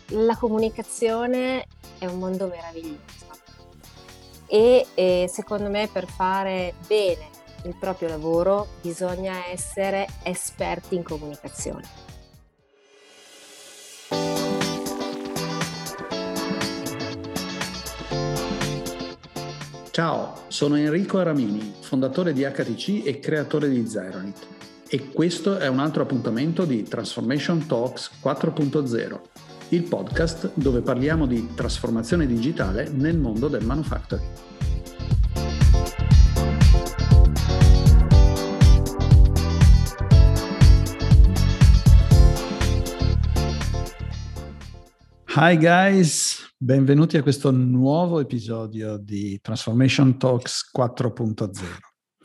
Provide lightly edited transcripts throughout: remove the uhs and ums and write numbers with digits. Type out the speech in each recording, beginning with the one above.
La comunicazione è un mondo meraviglioso e secondo me per fare bene il proprio lavoro bisogna essere esperti in comunicazione. Ciao, sono Enrico Aramini, fondatore di HTC e creatore di Zeronit. E questo è un altro appuntamento di Transformation Talks 4.0, il podcast dove parliamo di trasformazione digitale nel mondo del manufacturing. Hi guys, benvenuti a questo nuovo episodio di Transformation Talks 4.0.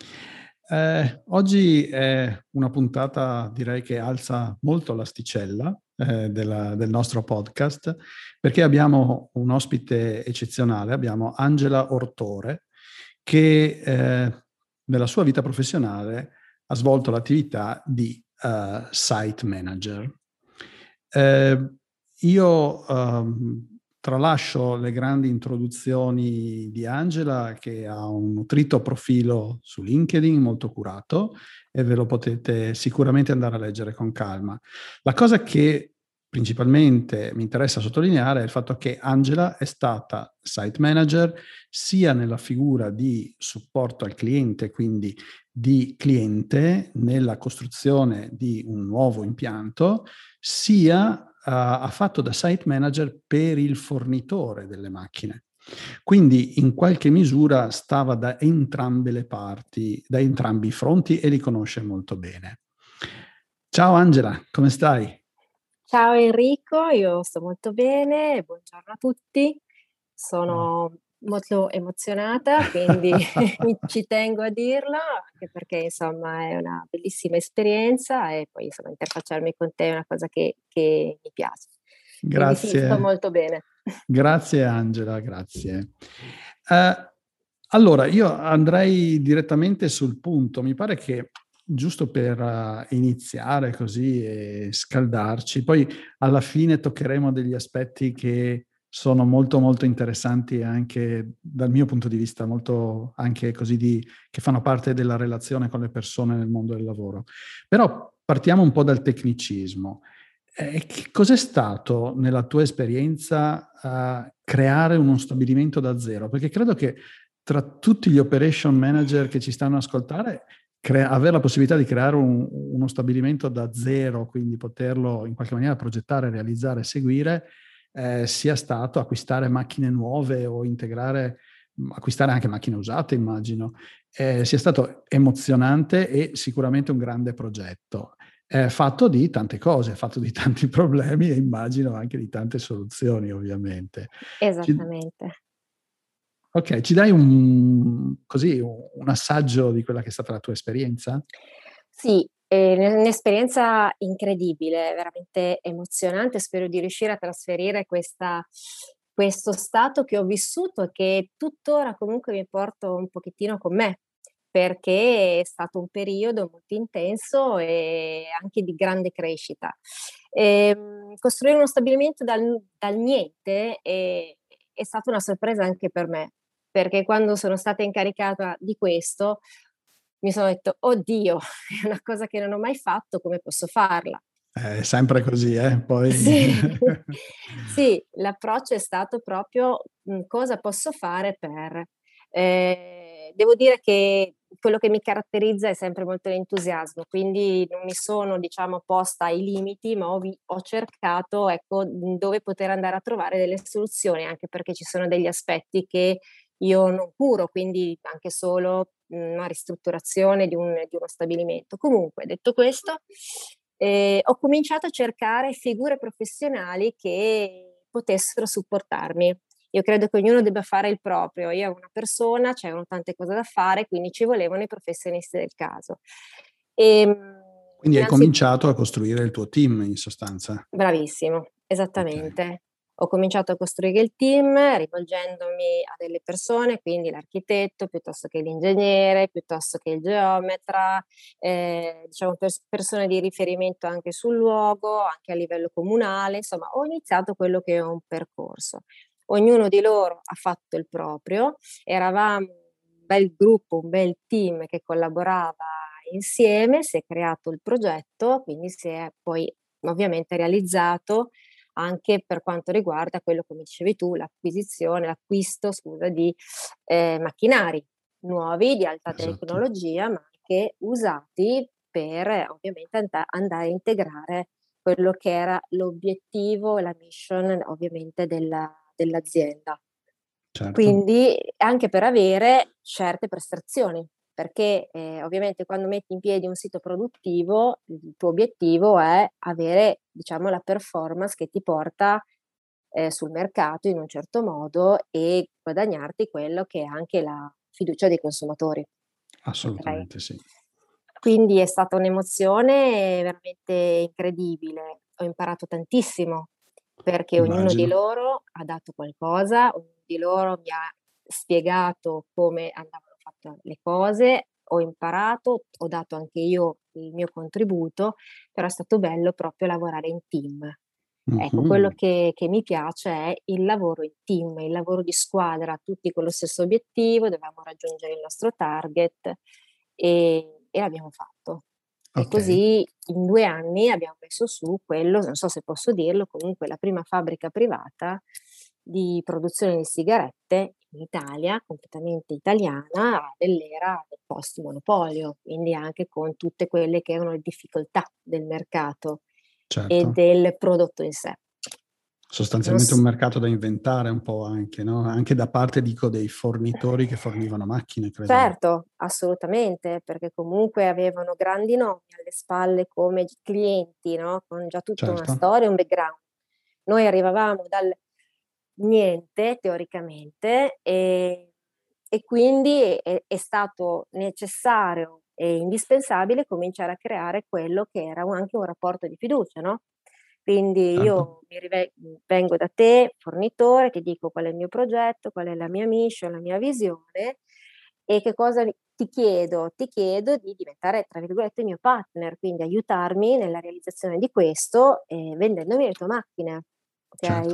Oggi è una puntata, direi, che alza molto l'asticella del nostro podcast, perché abbiamo un ospite eccezionale, abbiamo Angela Ortore, che nella sua vita professionale ha svolto l'attività di site manager. Io tralascio le grandi introduzioni di Angela, che ha un nutrito profilo su LinkedIn molto curato e ve lo potete sicuramente andare a leggere con calma. La cosa che principalmente mi interessa sottolineare è il fatto che Angela è stata site manager sia nella figura di supporto al cliente, quindi di cliente nella costruzione di un nuovo impianto, sia ha fatto da site manager per il fornitore delle macchine. Quindi in qualche misura stava da entrambe le parti, da entrambi i fronti, e li conosce molto bene. Ciao Angela, come stai? Ciao Enrico, io sto molto bene, buongiorno a tutti. Sono molto emozionata, quindi ci tengo a dirlo, anche perché insomma è una bellissima esperienza e poi insomma interfacciarmi con te è una cosa che mi piace. Quindi sì, sto Grazie. molto bene. Grazie Angela, grazie. Allora, io andrei direttamente sul punto. Mi pare che, giusto per iniziare così e scaldarci, poi alla fine toccheremo degli aspetti che sono molto molto interessanti anche dal mio punto di vista, molto anche così che fanno parte della relazione con le persone nel mondo del lavoro. Però partiamo un po' dal tecnicismo. Che cos'è stato nella tua esperienza creare uno stabilimento da zero? Perché credo che tra tutti gli operation manager che ci stanno a ascoltare, avere la possibilità di creare uno stabilimento da zero, quindi poterlo in qualche maniera progettare, realizzare, seguire, sia stato acquistare macchine nuove o acquistare anche macchine usate, immagino, sia stato emozionante e sicuramente un grande progetto. È fatto di tante cose, è fatto di tanti problemi e immagino anche di tante soluzioni, ovviamente. Esattamente. Ok, ci dai un assaggio di quella che è stata la tua esperienza? Sì, è un'esperienza incredibile, veramente emozionante. Spero di riuscire a trasferire questo stato che ho vissuto e che tuttora comunque mi porto un pochettino con me, perché è stato un periodo molto intenso e anche di grande crescita. Costruire uno stabilimento dal niente è stata una sorpresa anche per me, perché quando sono stata incaricata di questo mi sono detto: "Oddio, è una cosa che non ho mai fatto, come posso farla?" È sempre così, poi... Sì, sì, l'approccio è stato proprio, cosa posso fare per devo dire che quello che mi caratterizza è sempre molto l'entusiasmo, quindi non mi sono, diciamo, posta ai limiti, ma ho cercato, ecco, dove poter andare a trovare delle soluzioni, anche perché ci sono degli aspetti che io non curo, quindi anche solo una ristrutturazione di uno stabilimento. Comunque, detto questo, ho cominciato a cercare figure professionali che potessero supportarmi. Io credo che ognuno debba fare il proprio. Io ero una persona, c'erano tante cose da fare, quindi ci volevano i professionisti del caso. Quindi hai Innanzi cominciato a costruire il tuo team, in sostanza. Bravissimo, Ok. esattamente. Ho cominciato a costruire il team rivolgendomi a delle persone, quindi l'architetto piuttosto che l'ingegnere, piuttosto che il geometra, diciamo persone di riferimento anche sul luogo, anche a livello comunale, insomma ho iniziato quello che è un percorso. Ognuno di loro ha fatto il proprio, eravamo un bel gruppo, un bel team che collaborava insieme, si è creato il progetto, quindi si è poi ovviamente realizzato anche per quanto riguarda quello, come dicevi tu, l'acquisto, scusa, di macchinari nuovi di alta Esatto. tecnologia, ma anche usati per ovviamente andare a integrare quello che era l'obiettivo e la mission ovviamente dell'azienda. Certo. Quindi anche per avere certe prestazioni, perché ovviamente quando metti in piedi un sito produttivo, il tuo obiettivo è avere, diciamo, la performance che ti porta sul mercato in un certo modo e guadagnarti quello che è anche la fiducia dei consumatori. Okay? Assolutamente sì. Quindi è stata un'emozione veramente incredibile. Ho imparato tantissimo, perché ognuno di Immagino. loro ha dato qualcosa, ognuno di loro mi ha spiegato come andavano fatte le cose, ho imparato, ho dato anche io il mio contributo, però è stato bello proprio lavorare in team. Ecco, quello Mh-mh. che mi piace è il lavoro in team, il lavoro di squadra, tutti con lo stesso obiettivo, dovevamo raggiungere il nostro target e l'abbiamo fatto. E Okay. così in 2 anni abbiamo messo su quello, non so se posso dirlo, comunque la prima fabbrica privata di produzione di sigarette in Italia, completamente italiana, nell'era del post-monopolio, quindi anche con tutte quelle che erano le difficoltà del mercato e Certo. del prodotto in sé. Non Sostanzialmente un s mercato da inventare un po' anche, no, anche da parte dico dei fornitori che fornivano macchine, credo. Certo, assolutamente, perché comunque avevano grandi nomi alle spalle come clienti, no, con già tutta una Certo, storia, un background. Noi arrivavamo dal niente teoricamente, e quindi è stato necessario e indispensabile cominciare a creare quello che era anche un rapporto di fiducia, no, quindi certo. io vengo da te, fornitore, ti dico qual è il mio progetto, qual è la mia mission, la mia visione e che cosa ti chiedo? Ti chiedo di diventare, tra virgolette, "il mio partner", quindi aiutarmi nella realizzazione di questo, vendendomi le tue macchine, Certo. okay?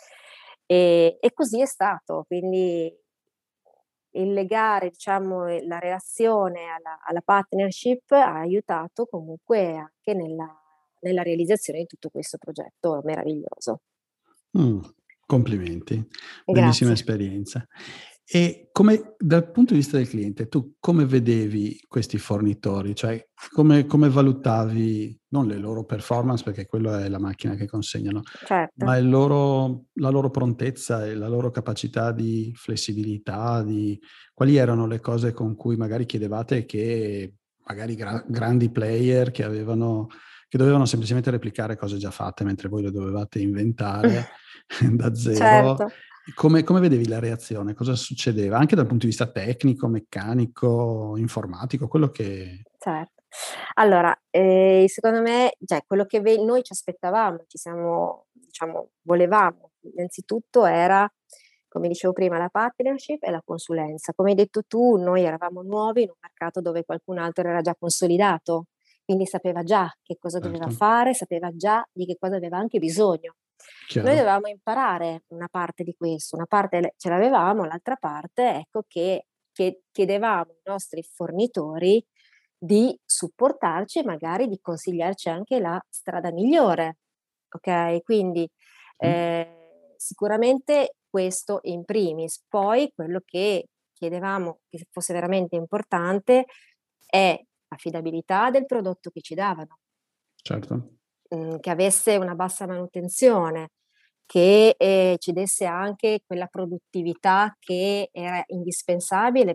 E così è stato, quindi il legare, diciamo, la relazione alla partnership ha aiutato comunque anche nella realizzazione di tutto questo progetto meraviglioso. Mh, complimenti, bellissima Grazie. esperienza. E come dal punto di vista del cliente, tu come vedevi questi fornitori? Cioè, come valutavi non le loro performance, perché quello è la macchina che consegnano, Certo. ma la loro prontezza e la loro capacità di flessibilità, di quali erano le cose con cui magari chiedevate che magari grandi player che dovevano semplicemente replicare cose già fatte, mentre voi le dovevate inventare da zero. Certo. Come vedevi la reazione? Cosa succedeva? Anche dal punto di vista tecnico, meccanico, informatico, quello che Certo. Allora, secondo me, cioè quello che noi ci aspettavamo, ci siamo diciamo volevamo innanzitutto era, come dicevo prima, la partnership e la consulenza. Come hai detto tu, noi eravamo nuovi in un mercato dove qualcun altro era già consolidato, quindi sapeva già che cosa doveva certo, fare, sapeva già di che cosa aveva anche bisogno. Noi chiaro, dovevamo imparare una parte di questo, una parte ce l'avevamo, l'altra parte ecco che chiedevamo ai nostri fornitori di supportarci e magari di consigliarci anche la strada migliore, okay, quindi, sì, sicuramente questo in primis. Poi quello che chiedevamo che fosse veramente importante è l'affidabilità del prodotto che ci davano. certo, Che avesse una bassa manutenzione, che, ci desse anche quella produttività che era indispensabile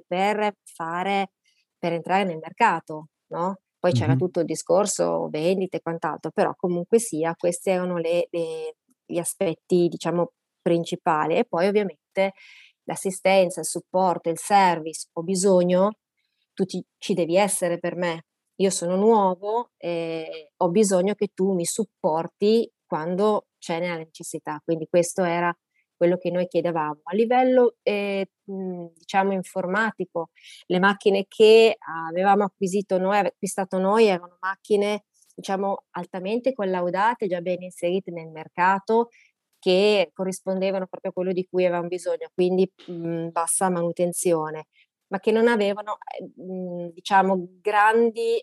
per entrare nel mercato, no, poi c'era mh-mh, tutto il discorso vendite e quant'altro, però comunque sia questi erano gli aspetti, diciamo, principali. E poi ovviamente l'assistenza, il supporto, il service. Ho bisogno, tu ci devi essere per me. Io sono nuovo e ho bisogno che tu mi supporti quando c'è nella necessità. Quindi questo era quello che noi chiedevamo. A livello, diciamo informatico, le macchine che avevamo acquistato noi erano macchine, diciamo, altamente collaudate, già ben inserite nel mercato, che corrispondevano proprio a quello di cui avevamo bisogno, quindi bassa manutenzione, ma che non avevano, diciamo, grandi,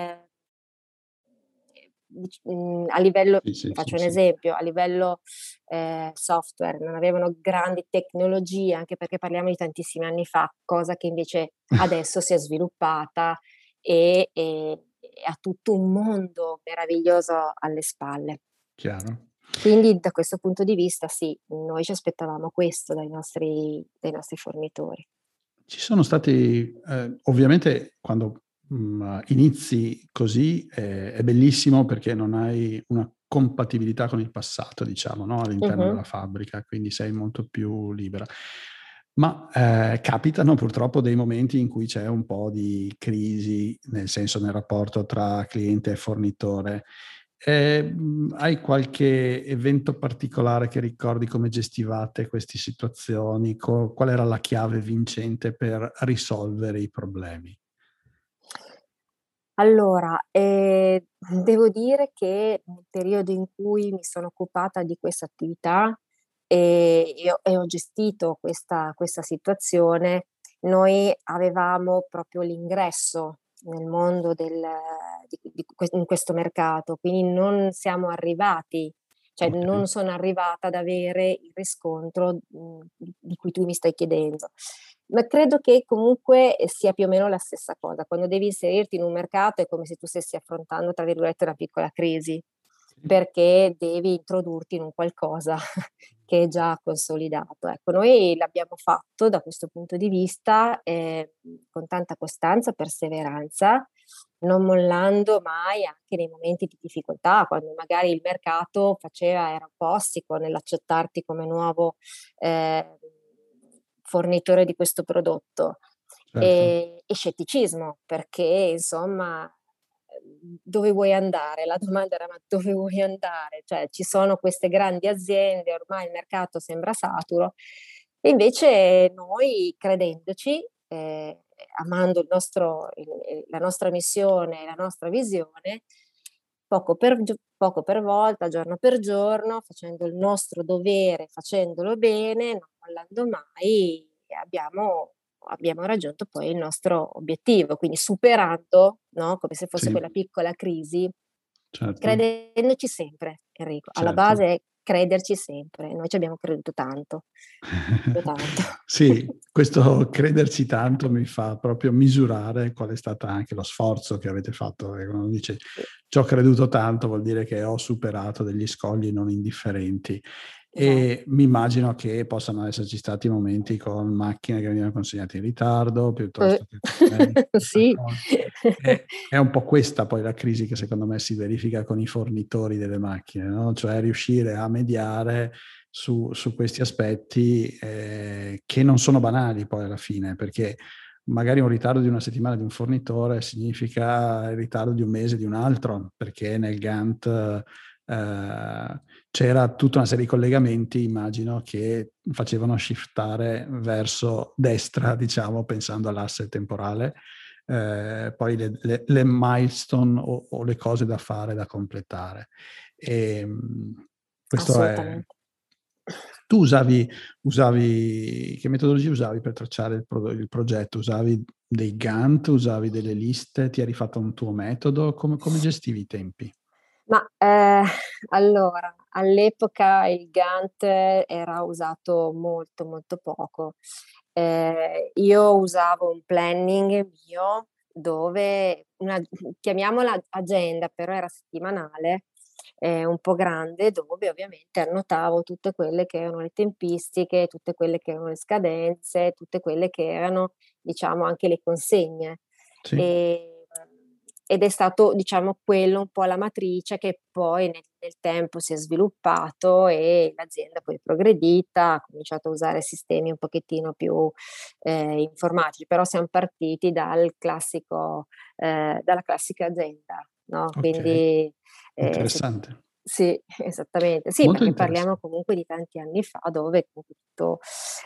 a livello, Sì, sì, sì, faccio un sì. esempio, a livello software, non avevano grandi tecnologie, anche perché parliamo di tantissimi anni fa, cosa che invece adesso si è sviluppata e ha tutto un mondo meraviglioso alle spalle. Chiaro. Quindi da questo punto di vista sì, noi ci aspettavamo questo dai nostri fornitori. Ci sono stati ovviamente quando, inizi così è bellissimo perché non hai una compatibilità con il passato, diciamo, no, all'interno Mh-mh. della fabbrica, quindi sei molto più libera. Ma, capitano purtroppo dei momenti in cui c'è un po' di crisi, nel senso nel rapporto tra cliente e fornitore. Hai qualche evento particolare che ricordi come gestivate queste situazioni? Qual era la chiave vincente per risolvere i problemi? Allora, devo dire che nel periodo in cui mi sono occupata di questa attività, e ho gestito questa situazione, noi avevamo proprio l'ingresso nel mondo in questo mercato, quindi non siamo arrivati, cioè Okay, non sono arrivata ad avere il riscontro, di cui tu mi stai chiedendo. Ma credo che comunque sia più o meno la stessa cosa. Quando devi inserirti in un mercato è come se tu stessi affrontando, tra virgolette, "una piccola crisi", sì, perché devi introdurti in un qualcosa che è già consolidato. Ecco, noi l'abbiamo fatto da questo punto di vista, con tanta costanza, perseveranza, non mollando mai anche nei momenti di difficoltà, quando magari il mercato era un po' ostico nell'accettarti come nuovo, ehm, fornitore di questo prodotto. certo. E scetticismo, perché insomma, dove vuoi andare? La domanda era: "Ma dove vuoi andare?" Cioè, ci sono queste grandi aziende, ormai il mercato sembra saturo, e invece noi credendoci, amando la nostra missione, la nostra visione, poco per volta, giorno per giorno, facendo il nostro dovere, facendolo bene, non mollando mai, abbiamo raggiunto poi il nostro obiettivo, quindi superando, no, come se fosse Sì, quella piccola crisi, certo, credendoci sempre, Enrico. Alla certo. base è crederci sempre. Noi ci abbiamo creduto tanto, proprio tanto. Sì, questo crederci tanto mi fa proprio misurare qual è stata anche lo sforzo che avete fatto, e quando dice: Sì, "C'ho creduto tanto", vuol dire che ho superato degli scogli non indifferenti. E esatto. mi immagino che possano esserci stati momenti con macchine che venivano consegnate in ritardo, Eh, piuttosto che problemi con altre sì. cose. È un po' questa poi la crisi che secondo me si verifica con i fornitori delle macchine, no, cioè riuscire a mediare su questi aspetti, che non sono banali poi alla fine, perché magari un ritardo di 1 settimana di un fornitore significa il ritardo di 1 mese di un altro, perché nel Gantt, c'era tutta una serie di collegamenti, immagino, che facevano shiftare verso destra, diciamo, pensando all'asse temporale, poi le milestone o le cose da fare, da completare. Questo è. Assolutamente. Tu usavi che metodologia usavi per tracciare il progetto? Usavi dei Gantt, usavi delle liste, ti eri fatta un tuo metodo? Come gestivi i tempi? Ma, allora, all'epoca il Gantt era usato molto, molto poco. Io usavo un planning mio dove chiamiamola agenda, però era settimanale, un po' grande, dove ovviamente annotavo tutte quelle che erano le tempistiche, tutte quelle che erano le scadenze, tutte quelle che erano, diciamo, anche le consegne. Sì, Ehm, ed è stato, diciamo, quello un po' la matrice che poi nel tempo si è sviluppato e l'azienda poi è progredita, ha cominciato a usare sistemi un pochettino più, informatici, però siam partiti dalla classica agenda, no, okay, quindi, se interessante. Sì, esattamente. Sì, Molto perché parliamo interessante. comunque di tanti anni fa dove comunque tutto,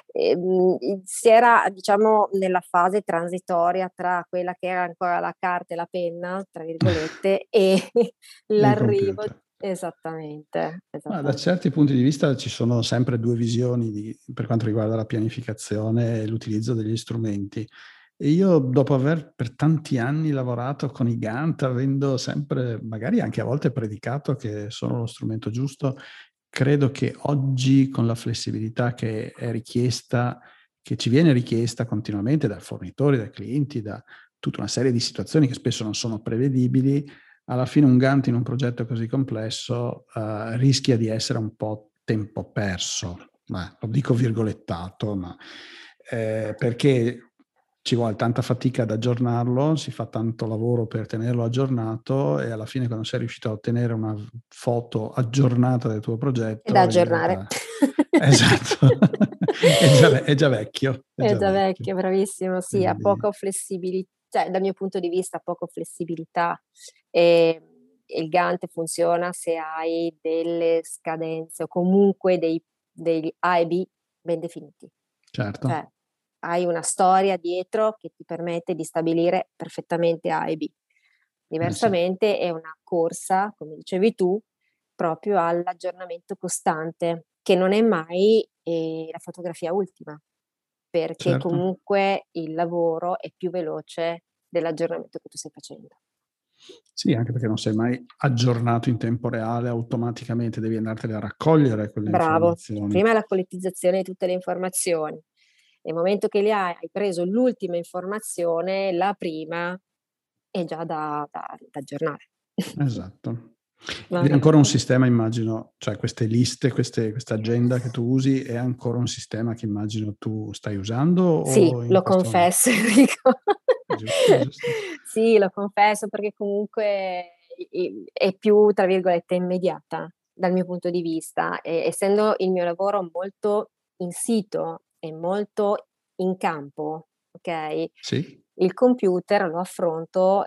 si era diciamo nella fase transitoria tra quella che era ancora la carta e la penna, tra virgolette, e E i l'arrivo computer. esattamente, Ma da esattamente. certi punti di vista ci sono sempre due visioni per quanto riguarda la pianificazione e l'utilizzo degli strumenti. E io, dopo aver per tanti anni lavorato con i Gantt, avendo sempre, magari anche a volte predicato che sono lo strumento giusto, credo che oggi, con la flessibilità che è richiesta, che ci viene richiesta continuamente dai fornitori, dai clienti, da tutta una serie di situazioni che spesso non sono prevedibili, alla fine un Gantt in un progetto così complesso rischia di essere un po' tempo perso. Lo dico virgolettato, ma perché ci vuole tanta fatica ad aggiornarlo, si fa tanto lavoro per tenerlo aggiornato e alla fine, quando sei riuscito a ottenere una foto aggiornata del tuo È da progetto, in aggiornare. realtà esatto, è già vecchio, è È già già vecchio. vecchio, bravissimo. Sì, ha Quindi poca cioè dal mio punto di vista poco flessibilità. ehm, e il Gantt funziona se hai delle scadenze o comunque degli A e B ben definiti. certo, Cioè, hai una storia dietro che ti permette di stabilire perfettamente A e B. sì, Diversamente è una corsa, come dicevi tu, proprio all'aggiornamento costante, che non è mai, la fotografia ultima, perché certo. comunque il lavoro è più veloce dell'aggiornamento che tu stai facendo. Sì, anche perché non sei mai aggiornato in tempo reale, automaticamente devi andartene a raccogliere quelle Bravo. informazioni. Prima la collettizzazione di tutte le informazioni. Nel momento che le hai preso l'ultima informazione, la prima è già da aggiornare. Esatto. Va Ed è ancora un bene. sistema, immagino, cioè queste liste, questa agenda che tu usi, è ancora un sistema che immagino tu stai usando Sì, o in lo questo momento? confesso Enrico. Giusto, giusto. Sì, lo confesso perché comunque è più, tra virgolette, "immediata" dal mio punto di vista, essendo il mio lavoro molto in sito e molto in campo, okay, Sì, il computer lo affronto,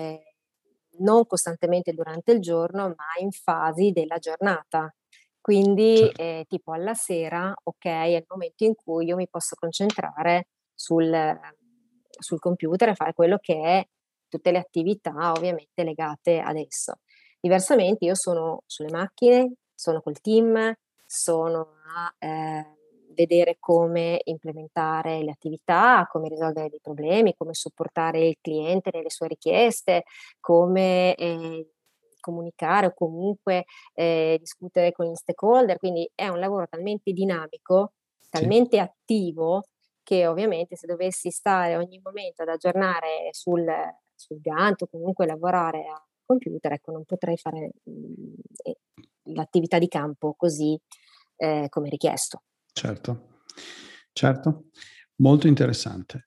non costantemente durante il giorno, ma in fasi della giornata. Quindi, certo, tipo alla sera, okay, è il momento in cui io mi posso concentrare sul computer e fare quello che è tutte le attività ovviamente legate ad esso. Diversamente io sono sulle macchine, sono col team, sono a, vedere come implementare le attività, come risolvere dei problemi, come supportare il cliente nelle sue richieste, come, comunicare o comunque, discutere con gli stakeholder. Quindi è un lavoro talmente dinamico, sì, talmente attivo, che ovviamente se dovessi stare ogni momento ad aggiornare sul Gantt o comunque lavorare a computer, ecco, non potrei fare, l'attività di campo così, come richiesto. certo, certo. Molto interessante.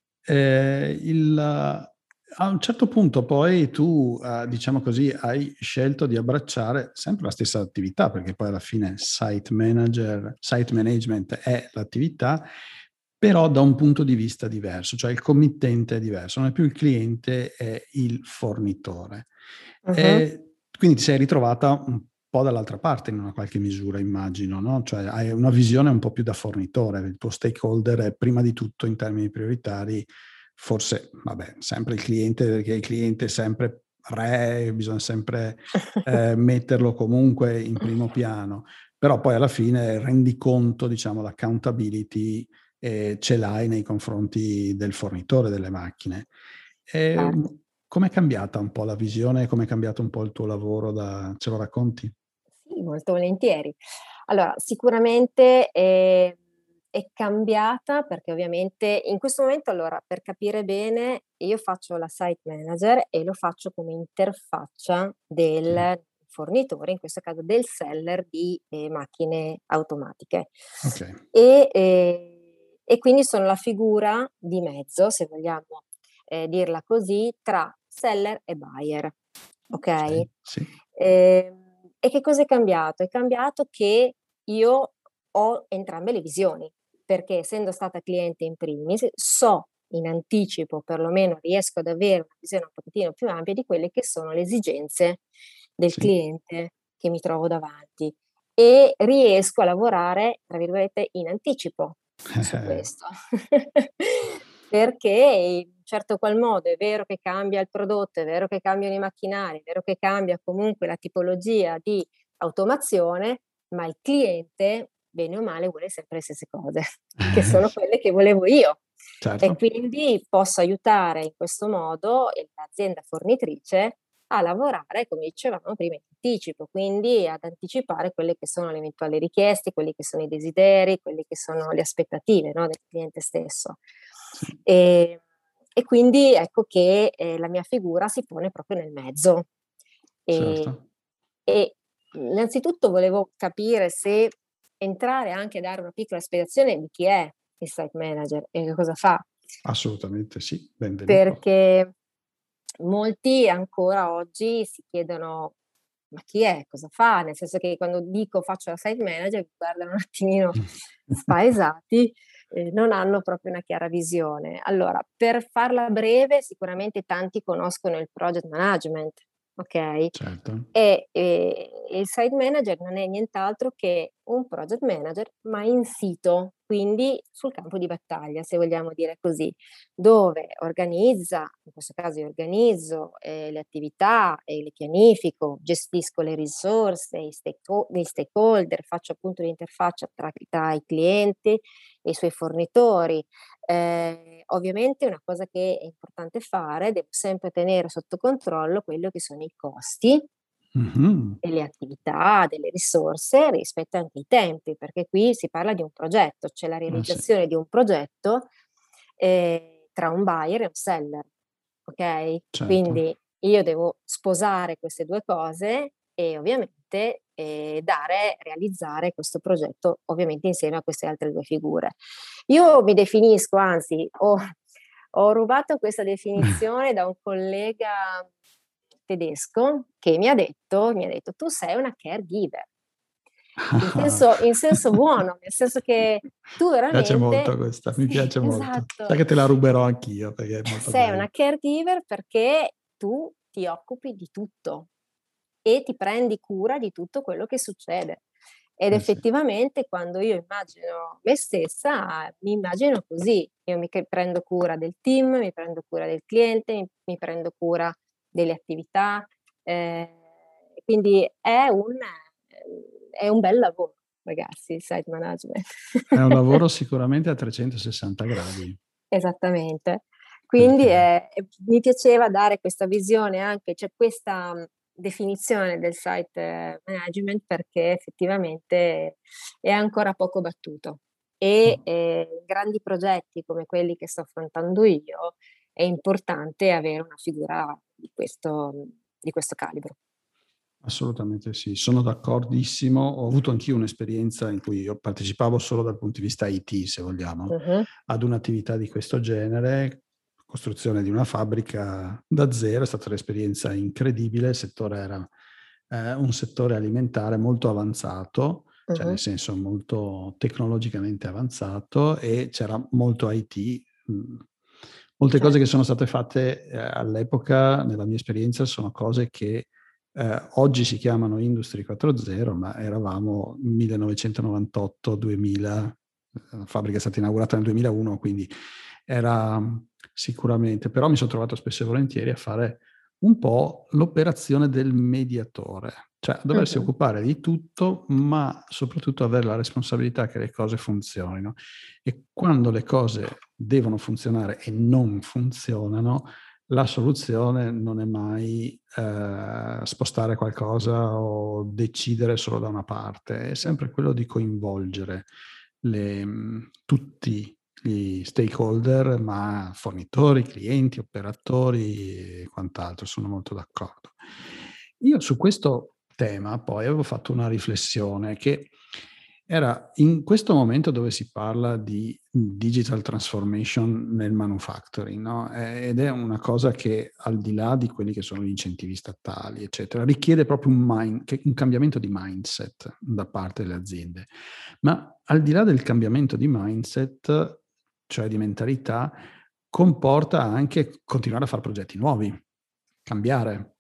A un certo punto poi tu, diciamo così, hai scelto di abbracciare sempre la stessa attività, perché poi alla fine site management è l'attività, però da un punto di vista diverso, cioè il committente è diverso, non è più il cliente, è il fornitore. Mh-mh. Quindi ti sei ritrovata un po' dall'altra parte in una qualche misura, immagino, no, cioè hai una visione un po' più da fornitore, il tuo stakeholder è prima di tutto, in termini prioritari, forse, vabbè, sempre il cliente, perché il cliente è sempre re, bisogna sempre metterlo comunque in primo piano, però poi alla fine il rendiconto, diciamo, l'accountability, ce l'hai nei confronti del fornitore delle macchine. Certo. Com'è cambiata un po' la visione, com'è cambiato un po' il tuo lavoro, ce lo racconti? Sì, molto volentieri. Allora, sicuramente, è cambiata perché ovviamente in questo momento allora, per capire bene, io faccio la site manager e lo faccio come interfaccia Sì, del fornitore, in questo caso del seller di, macchine automatiche. okay, E quindi sono la figura di mezzo, se vogliamo, dirla così, tra seller e buyer, okay? okay, sì, E che cosa è cambiato? È cambiato che io ho entrambe le visioni, perché essendo stata cliente in primis, so in anticipo, perlomeno riesco ad avere una visione un pochettino più ampia di quelle che sono le esigenze del sì, cliente. che mi trovo davanti e riesco a lavorare, tra virgolette, in anticipo su questo. Perché in un certo qual modo è vero che cambia il prodotto, è vero che cambiano i macchinari, è vero che cambia comunque la tipologia di automazione, ma il cliente, bene o male, vuole sempre le stesse cose, che sono quelle che volevo io. E Certo. quindi posso aiutare in questo modo l'azienda fornitrice a lavorare, come dicevamo prima, in anticipo, quindi ad anticipare quelle che sono le eventuali richieste, quelli che sono i desideri, quelle che sono le aspettative, no, del cliente stesso. Sì, E, e quindi ecco che la mia figura si pone proprio nel mezzo. E, certo. e innanzitutto volevo capire se entrare anche a dare una piccola spiegazione di chi è il site manager e che cosa fa, Assolutamente sì, benvenuto. perché molti ancora oggi si chiedono: "Ma chi è? Cosa fa?" Nel senso che quando dico faccio la site manager mi guardano un attimino spaesati, non hanno proprio una chiara visione. Allora, per farla breve, sicuramente tanti conoscono il project management, okay? Certo. Il site manager non è nient'altro che un project manager, ma in sito, quindi sul campo di battaglia, se vogliamo dire così, dove organizza, in questo caso io organizzo, le attività e le pianifico, gestisco le risorse, gli stakeholder, faccio appunto l'interfaccia tra i clienti e i suoi fornitori. Ovviamente una cosa che è importante fare, devo sempre tenere sotto controllo quello che sono i costi Mh-mh. delle attività, delle risorse rispetto anche ai tempi, perché qui si parla di un progetto, c'è la Eh sì, realizzazione di un progetto, tra un buyer e un seller, okay, certo. quindi io devo sposare queste 2 cose e ovviamente, realizzare questo progetto ovviamente insieme a queste altre 2 figure. Io mi definisco, anzi ho rubato questa definizione da un collega tedesco che mi ha detto: "Tu sei una caregiver." In senso buono, nel senso che tu Mi piace molto veramente questa, mi sì, piace molto. esatto. Sai che te la ruberò anch'io perché è molto Sei bella. una caregiver perché tu ti occupi di tutto e ti prendi cura di tutto quello che succede. Ed Eh sì. effettivamente quando io immagino me stessa, mi immagino così. Io prendo cura del team, mi prendo cura del cliente, mi prendo cura delle attività, quindi è un bel lavoro, ragazzi, il site management. È un lavoro sicuramente a 360 gradi, Esattamente. Quindi, perché mi piaceva dare questa visione anche, cioè questa, definizione del site management, perché effettivamente è ancora poco battuto e, oh, grandi progetti come quelli che sto affrontando io, è importante avere una figura di questo calibro. assolutamente sì, sono d'accordissimo. Ho avuto anch'io un'esperienza in cui io partecipavo solo dal punto di vista IT, se vogliamo, Mh-mh. ad un'attività di questo genere, costruzione di una fabbrica da zero, è stata un'esperienza incredibile. Il settore era, un settore alimentare molto avanzato, cioè Mh-mh. nel senso molto tecnologicamente avanzato e c'era molto IT. Molte cose che Certo. sono state fatte, all'epoca, nella mia esperienza, sono cose che oggi si chiamano Industry 4.0, ma eravamo 1998, 2000, la fabbrica è stata inaugurata nel 2001, quindi era sicuramente, però mi son trovato spesso e volentieri a fare un po' l'operazione del mediatore, cioè a doversi Mh-mh. occupare di tutto, ma soprattutto avere la responsabilità che le cose funzionino. E quando le cose devono funzionare e non funzionano, la soluzione non è mai, spostare qualcosa o decidere solo da una parte, è Mh. sempre quello di coinvolgere tutti gli stakeholder, ma fornitori, clienti, operatori e quant'altro, sono molto d'accordo. Io su questo tema poi avevo fatto una riflessione che era in questo momento dove si parla di digital transformation nel manufacturing, no, ed è una cosa che al di là di quelli che sono gli incentivi statali, eccetera, richiede proprio un cambiamento di mindset da parte delle aziende. Ma al di là del cambiamento di mindset, cioè di mentalità, comporta anche continuare a far progetti nuovi, cambiare.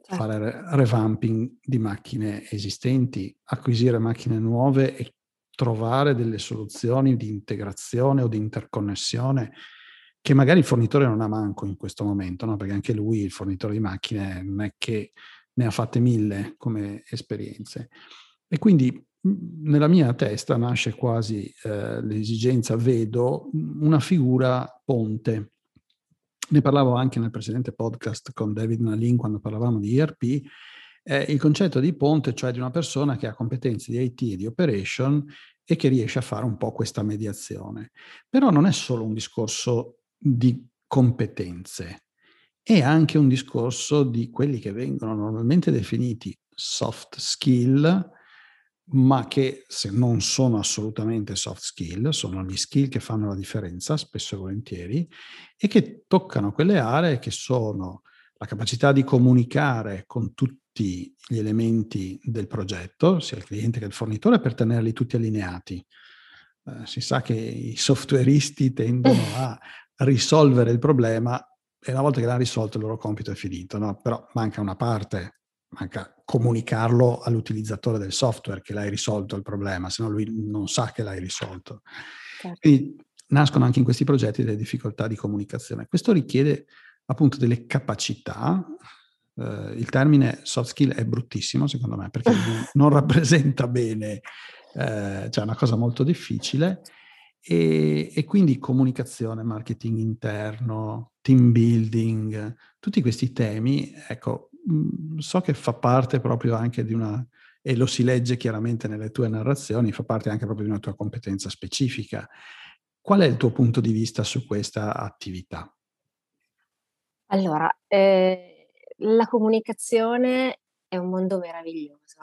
fare revamping di macchine esistenti, acquisire macchine nuove e trovare delle soluzioni di integrazione o di interconnessione che magari il fornitore non ha manco in questo momento, no? Perché anche lui, il fornitore di macchine, non è che ne ha fatte 1000 come esperienze. E quindi nella mia testa nasce quasi l'esigenza, vedo una figura ponte. Ne parlavo anche nel precedente podcast con David Nalin quando parlavamo di ERP, il concetto di ponte, cioè di una persona che ha competenze di IT e di operation e che riesce a fare un po' questa mediazione. Però non è solo un discorso di competenze, è anche un discorso di quelli che vengono normalmente definiti soft skill, ma che se non sono assolutamente soft skill, sono gli skill che fanno la differenza, spesso e volentieri, e che toccano quelle aree che sono la capacità di comunicare con tutti gli elementi del progetto, sia il cliente che il fornitore, per tenerli tutti allineati. Si sa che i softwareisti tendono a risolvere il problema e una volta che l'ha risolto il loro compito è finito, no? Però manca una parte, manca comunicarlo all'utilizzatore del software che l'hai risolto il problema, se no lui non sa che l'hai risolto. Certo. Quindi nascono anche in questi progetti delle difficoltà di comunicazione. Questo richiede appunto delle capacità. Il termine soft skill è bruttissimo secondo me perché non rappresenta bene, cioè è una cosa molto difficile. E quindi comunicazione, marketing interno, team building, tutti questi temi, ecco, so che fa parte proprio anche di una, e lo si legge chiaramente nelle tue narrazioni, fa parte anche proprio di una tua competenza specifica. Qual è il tuo punto di vista su questa attività? Allora, la comunicazione è un mondo meraviglioso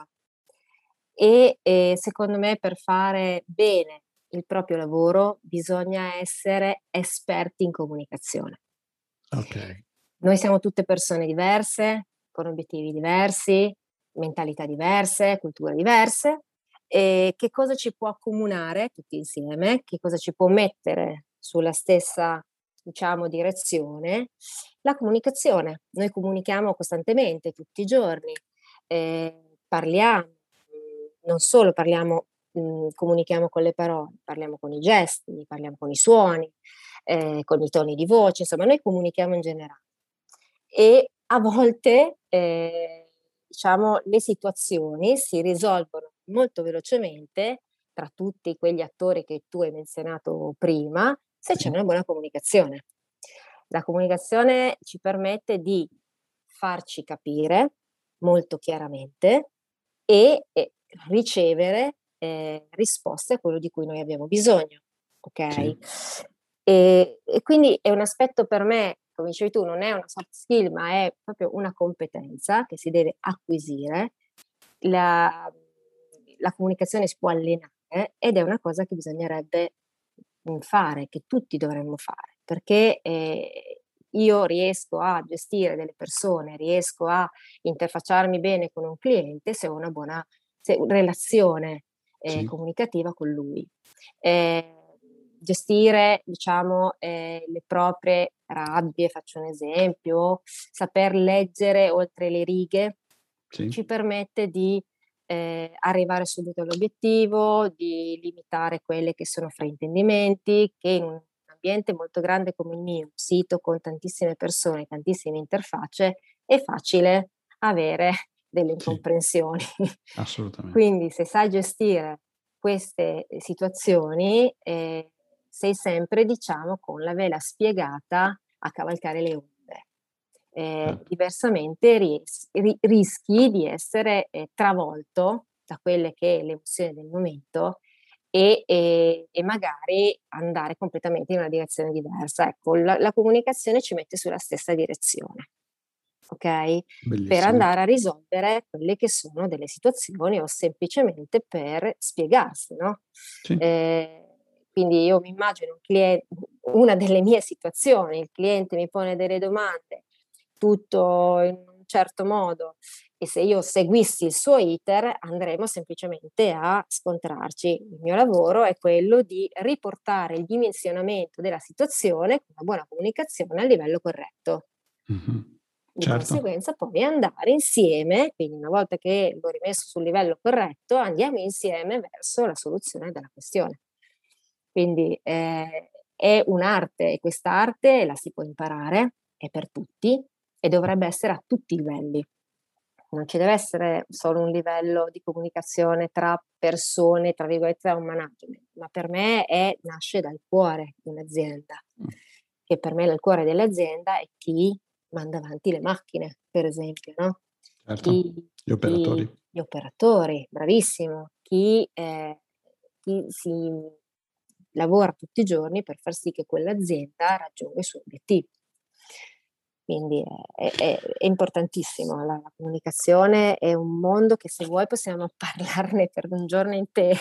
e secondo me per fare bene il proprio lavoro bisogna essere esperti in comunicazione. Ok. Noi siamo tutte persone diverse, con obiettivi diversi, mentalità diverse, culture diverse. E che cosa ci può accomunare tutti insieme? Che cosa ci può mettere sulla stessa, diciamo, direzione? La comunicazione. Noi comunichiamo costantemente, tutti i giorni, parliamo, non solo parliamo, comunichiamo con le parole, parliamo con i gesti, parliamo con i suoni, con i toni di voce, insomma noi comunichiamo in generale. E a volte, diciamo, le situazioni si risolvono molto velocemente tra tutti quegli attori che tu hai menzionato prima, se c'è Sì. una buona comunicazione. La comunicazione ci permette di farci capire molto chiaramente e ricevere, risposte a quello di cui noi abbiamo bisogno, okay? Sì. E quindi è un aspetto per me, come dicevi tu, non è una soft skill, ma è proprio una competenza che si deve acquisire. La comunicazione si può allenare ed è una cosa che bisognerebbe, fare, che tutti dovremmo fare, perché, io riesco a gestire delle persone, riesco a interfacciarmi bene con un cliente se ho una buona relazione, Sì. comunicativa con lui. Ehm, Gestire diciamo, le proprie rabbie, faccio un esempio, saper leggere oltre le righe, Sì. ci permette di, arrivare subito all'obiettivo, di limitare quelle che sono fraintendimenti, che in un ambiente molto grande come il mio, un sito con tantissime persone, tantissime interfacce, è facile avere delle Sì. incomprensioni. Assolutamente. Quindi se sai gestire queste, situazioni, sei sempre, diciamo, con la vela spiegata a cavalcare le onde. Certo. Diversamente rischi di essere, travolto da quelle che è l'emozione del momento e magari andare completamente in una direzione diversa. Ecco, la comunicazione ci mette sulla stessa direzione, okay, per Bellissimo. andare a risolvere quelle che sono delle situazioni o semplicemente per spiegarsi, no, Sì. ehm, quindi io mi immagino una delle mie situazioni, il cliente mi pone delle domande, tutto in un certo modo e se io seguissi il suo iter andremo semplicemente a scontrarci. Il mio lavoro è quello di riportare il dimensionamento della situazione con una buona comunicazione al livello corretto. Mh-mh. Di certo. conseguenza poi andare insieme, quindi una volta che l'ho rimesso sul livello corretto, andiamo insieme verso la soluzione della questione. Quindi è un'arte e quest'arte la si può imparare, è per tutti e dovrebbe essere a tutti i livelli. Non ci deve essere solo un livello di comunicazione tra persone, tra virgolette, tra un management, ma per me nasce dal cuore di un'azienda, Mh, che per me il cuore dell'azienda è chi manda avanti le macchine, per esempio, no? certo. Chi, Gli operatori. gli operatori, bravissimo, chi si lavora tutti i giorni per far sì che quell'azienda raggiunga i suoi obiettivi. Quindi è importantissimo la comunicazione, è un mondo che se vuoi possiamo parlarne per un giorno intero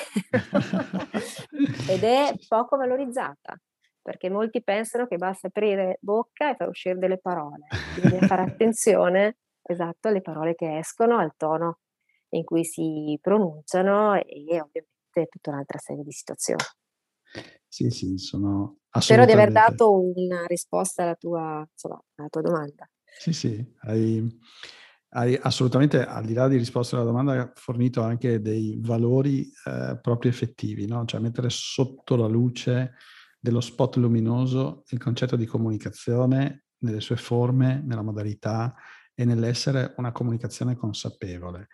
ed è Sì, sì. poco valorizzata, perché molti pensano che basta aprire bocca e far uscire delle parole. Bisogna fare attenzione, esatto, alle parole che escono, al tono in cui si pronunciano e ovviamente tutta un'altra serie di situazioni. Sì, sì, sono Spero di aver assolutamente. dato una risposta alla tua insomma, alla tua domanda. Sì, sì, hai assolutamente, al di là di rispondere alla domanda, fornito anche dei valori, proprio effettivi, no, cioè mettere sotto la luce dello spot luminoso il concetto di comunicazione nelle sue forme, nella modalità e nell'essere una comunicazione consapevole.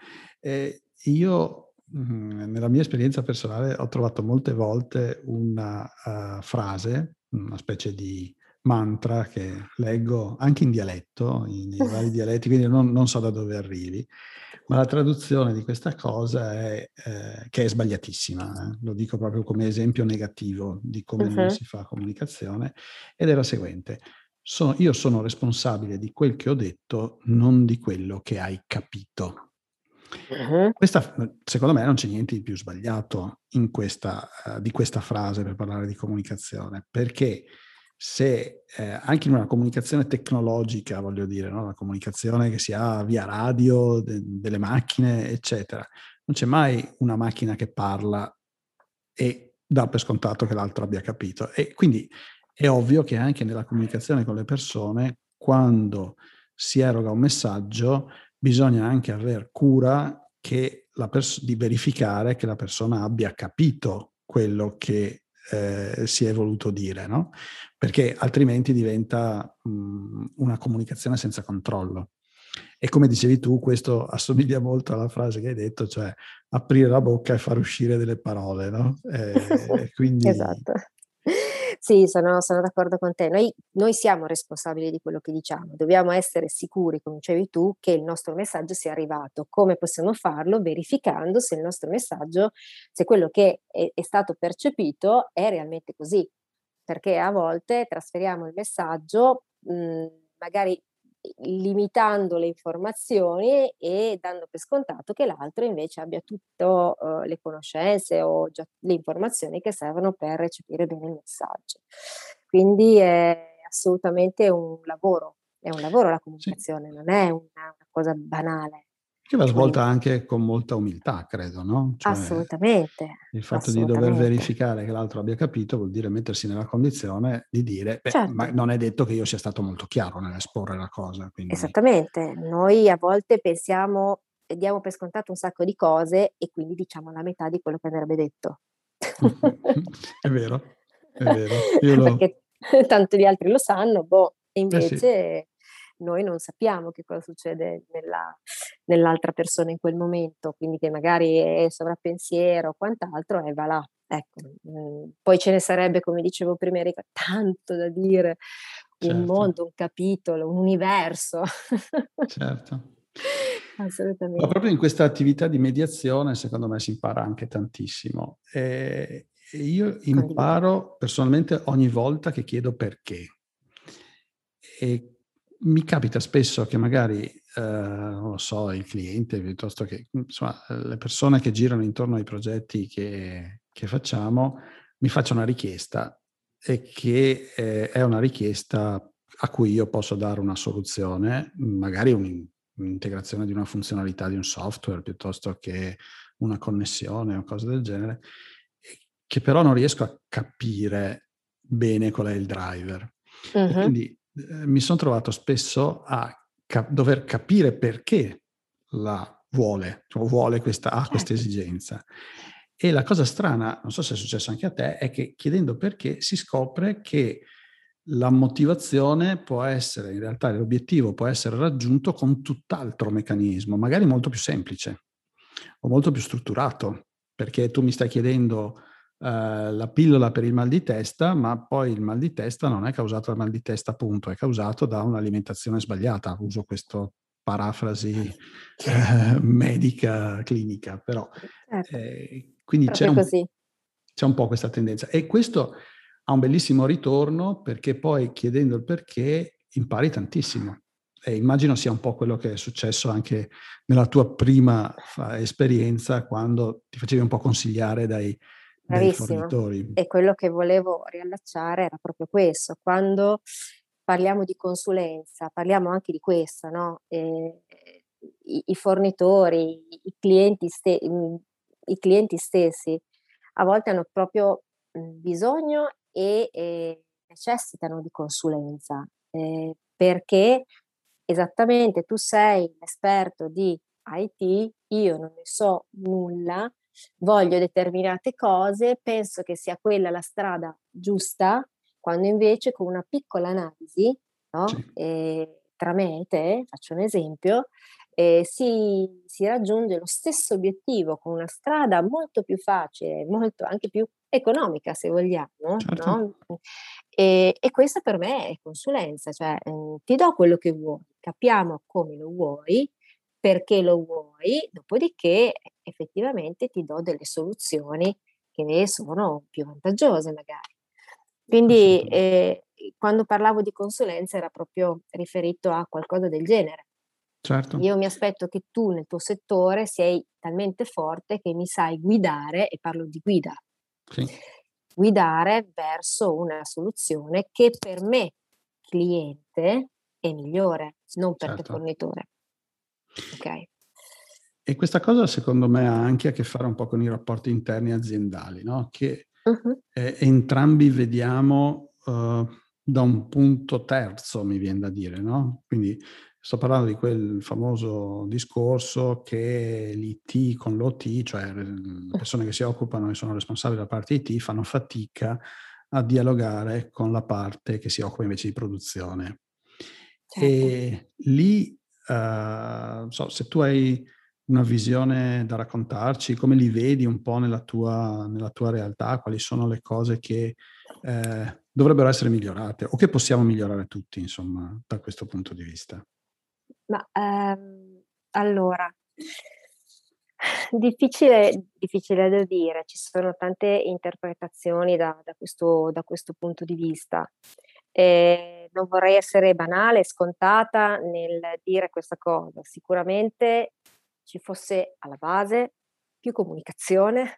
Io, nella mia esperienza personale ho trovato molte volte una, frase, una specie di mantra che leggo anche in dialetto, nei vari dialetti, quindi non so da dove arrivi, ma la traduzione di questa cosa è che è sbagliatissima, lo dico proprio come esempio negativo di come non Mh-mh. si fa comunicazione, ed è la seguente: io sono responsabile di quel che ho detto, non di quello che hai capito. Mh-mh. Questa secondo me non c'è niente di più sbagliato in questa di questa frase per parlare di comunicazione, perché se, anche in una comunicazione tecnologica, voglio dire, no, la comunicazione che si ha via radio, delle macchine, eccetera, non c'è mai una macchina che parla e dà per scontato che l'altro abbia capito. E quindi è ovvio che anche nella comunicazione con le persone, quando si eroga un messaggio, bisogna anche aver cura che di verificare che la persona abbia capito quello che si è voluto dire, no? Perché altrimenti diventa una comunicazione senza controllo. E come dicevi tu, questo assomiglia molto alla frase che hai detto, cioè aprire la bocca e far uscire delle parole, no? Quindi Esatto. Sì, sono d'accordo con te. Noi siamo responsabili di quello che diciamo, dobbiamo essere sicuri, come dicevi tu, che il nostro messaggio sia arrivato. Come possiamo farlo? Verificando se il nostro messaggio se quello che è stato percepito è realmente così. Perché a volte trasferiamo il messaggio, magari limitando le informazioni e dando per scontato che l'altro invece abbia tutto, le conoscenze o già le informazioni che servono per recepire bene il messaggio. Quindi è assolutamente è un lavoro la sì. comunicazione, non è una cosa banale. Che va svolta Quindi anche con molta umiltà, credo, no, cioè assolutamente, il fatto di dover assolutamente. verificare che l'altro abbia capito vuol dire mettersi nella condizione di dire: "Beh, Certo. ma non è detto che io sia stato molto chiaro nell'esporre la cosa", quindi Esattamente. Noi a volte pensiamo e diamo per scontato un sacco di cose e quindi diciamo la metà di quello che andrebbe detto. è vero, è vero. Io lo Perché tanto gli altri lo sanno, boh, e eh sì, invece noi non sappiamo che cosa succede nell'altra persona in quel momento, quindi che magari è sovrappensiero o quant'altro e va là. Ecco, poi ce ne sarebbe, come dicevo prima Enrica, tanto da dire, un certo, mondo, un capitolo, un universo. certo. Ma proprio Assolutamente. in questa attività di mediazione, secondo me, si impara anche tantissimo. E io Condivido. imparo personalmente ogni volta che chiedo perché. E mi capita spesso che magari, non lo so, il cliente piuttosto che, insomma, le persone che girano intorno ai progetti che facciamo, mi facciano una richiesta e che, è una richiesta a cui io posso dare una soluzione, magari un'integrazione di una funzionalità di un software, piuttosto che una connessione o cose del genere, che però non riesco a capire bene qual è il driver. E Mh-mh. quindi, mi son trovato spesso a dover capire perché la vuole, o vuole ha questa Certo. esigenza. E la cosa strana, non so se è successo anche a te, è che chiedendo perché si scopre che la motivazione può essere, in realtà l'obiettivo può essere raggiunto con tutt'altro meccanismo, magari molto più semplice o molto più strutturato, perché tu mi stai chiedendo la pillola per il mal di testa, ma poi il mal di testa non è causato dal mal di testa, appunto, è causato da un'alimentazione sbagliata. Uso questa parafrasi medica, clinica, però Certo, quindi proprio così. c'è un po' questa tendenza. E questo ha un bellissimo ritorno, perché poi chiedendo il perché impari tantissimo. E immagino sia un po' quello che è successo anche nella tua prima esperienza, quando ti facevi un po' consigliare dai Bravissimo. fornitori. E quello che volevo riallacciare era proprio questo. Quando parliamo di consulenza, parliamo anche di questo, no, i fornitori, i clienti stessi a volte hanno proprio, bisogno e necessitano di consulenza, perché esattamente tu sei l'esperto di IT, io non ne so nulla, voglio determinate cose, penso che sia quella la strada giusta, quando invece con una piccola analisi, no, Sì, tra me e te, faccio un esempio, si raggiunge lo stesso obiettivo con una strada molto più facile, molto anche più economica se vogliamo, certo, no, e questa per me è consulenza, cioè, ti do quello che vuoi, capiamo come lo vuoi, perché lo vuoi, dopodiché effettivamente ti do delle soluzioni che sono più vantaggiose magari. Quindi, assolutamente. quando parlavo di consulenza era proprio riferito a qualcosa del genere. Certo, Io mi aspetto che tu nel tuo settore sei talmente forte che mi sai guidare, e parlo di guida, sì, guidare verso una soluzione che per me, cliente, è migliore, non per te certo. fornitore. Okay. E questa cosa secondo me ha anche a che fare un po' con i rapporti interni aziendali, no, che, Mh-mh. entrambi vediamo, da un punto terzo, mi vien da dire, no, quindi sto parlando di quel famoso discorso che l'IT con l'OT, cioè le persone che si occupano e sono responsabili della parte IT, fanno fatica a dialogare con la parte che si occupa invece di produzione. Certo. E lì, non so, se tu hai una visione da raccontarci, come li vedi un po' nella tua realtà, quali sono le cose che, dovrebbero essere migliorate o che possiamo migliorare tutti, insomma, da questo punto di vista? Ma, allora, difficile da dire, ci sono tante interpretazioni da questo punto di vista. Non vorrei essere banale e scontata nel dire questa cosa. Sicuramente ci fosse alla base più comunicazione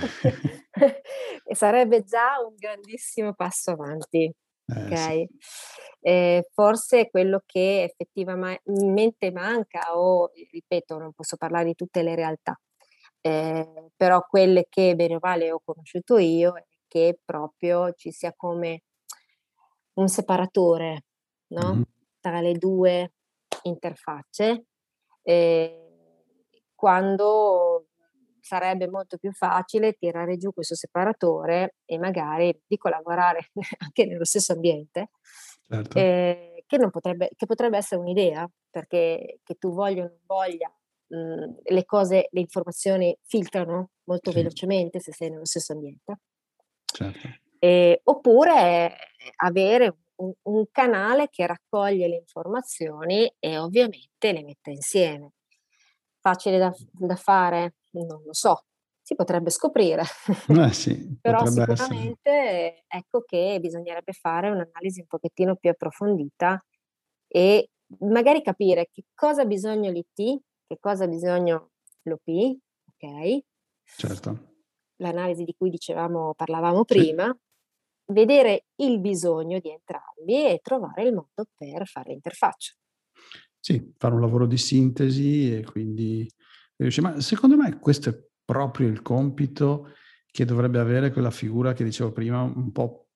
e sarebbe già un grandissimo passo avanti, Sì, okay? Forse quello che effettivamente manca o, ripeto, non posso parlare di tutte le realtà, però quelle che bene o male ho conosciuto io è che proprio ci sia come un separatore, mh-mh, no, tra le 2 interfacce, ehm, quando sarebbe molto più facile tirare giù questo separatore e magari, dico lavorare anche nello stesso ambiente, certo, che potrebbe essere un'idea, perché che tu voglia o non voglia, le cose le informazioni filtrano molto sì, velocemente se sei nello stesso ambiente. certo, Oppure avere un canale che raccoglie le informazioni e ovviamente le mette insieme. Facile da fare? Non lo so, si potrebbe scoprire. sì, Però potrebbe essere. sicuramente ecco che bisognerebbe fare un'analisi un pochettino più approfondita e magari capire che cosa ha bisogno l'IT, che cosa ha bisogno l'OP, okay, Certo, l'analisi di cui parlavamo sì. prima, vedere il bisogno di entrambi e trovare il modo per fare l'interfaccia. Sì, fare un lavoro di sintesi e quindi ma secondo me questo è proprio il compito che dovrebbe avere quella figura che dicevo prima, un po'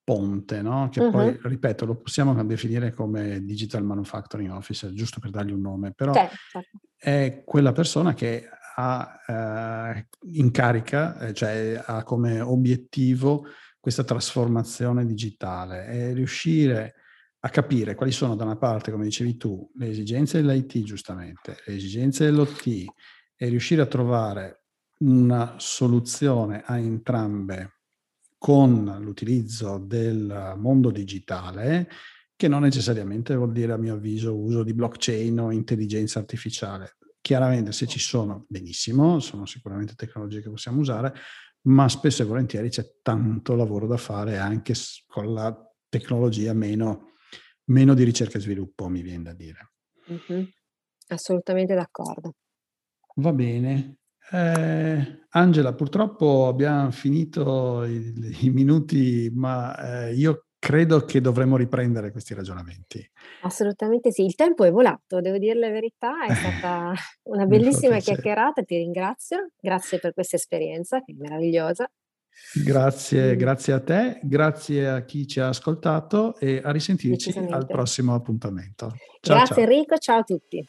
ponte, no? Che poi, ripeto, lo possiamo definire come Digital Manufacturing Officer, giusto per dargli un nome, però certo. è quella persona che ha in carica, cioè ha come obiettivo questa trasformazione digitale e riuscire a capire quali sono, da una parte, come dicevi tu, le esigenze dell'IT, giustamente, le esigenze dell'OT, e riuscire a trovare una soluzione a entrambe con l'utilizzo del mondo digitale, che non necessariamente vuol dire, a mio avviso, uso di blockchain o intelligenza artificiale. Chiaramente, se ci sono, benissimo, sono sicuramente tecnologie che possiamo usare, ma spesso e volentieri c'è tanto lavoro da fare anche con la tecnologia meno di ricerca e sviluppo, mi viene da dire. Assolutamente d'accordo. Va bene. Angela, purtroppo abbiamo finito i minuti, ma io credo che dovremmo riprendere questi ragionamenti. Assolutamente sì. Il tempo è volato, devo dir la verità, è stata una Mi fa bellissima piacere. chiacchierata, ti ringrazio. Grazie per questa esperienza che è meravigliosa. Grazie a te, grazie a chi ci ha ascoltato e a risentirci al Decisamente. prossimo appuntamento. Ciao Grazie ciao. Enrico, ciao a tutti.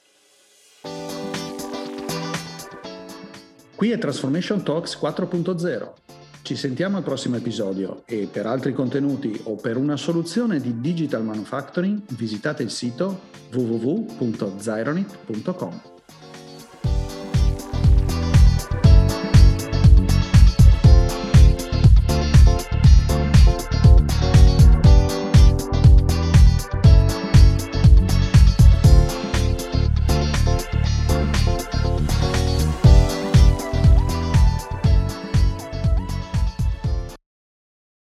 Qui è Transformation Talks 4.0. Ci sentiamo al prossimo episodio e per altri contenuti o per una soluzione di digital manufacturing visitate il sito www.zyronit.com.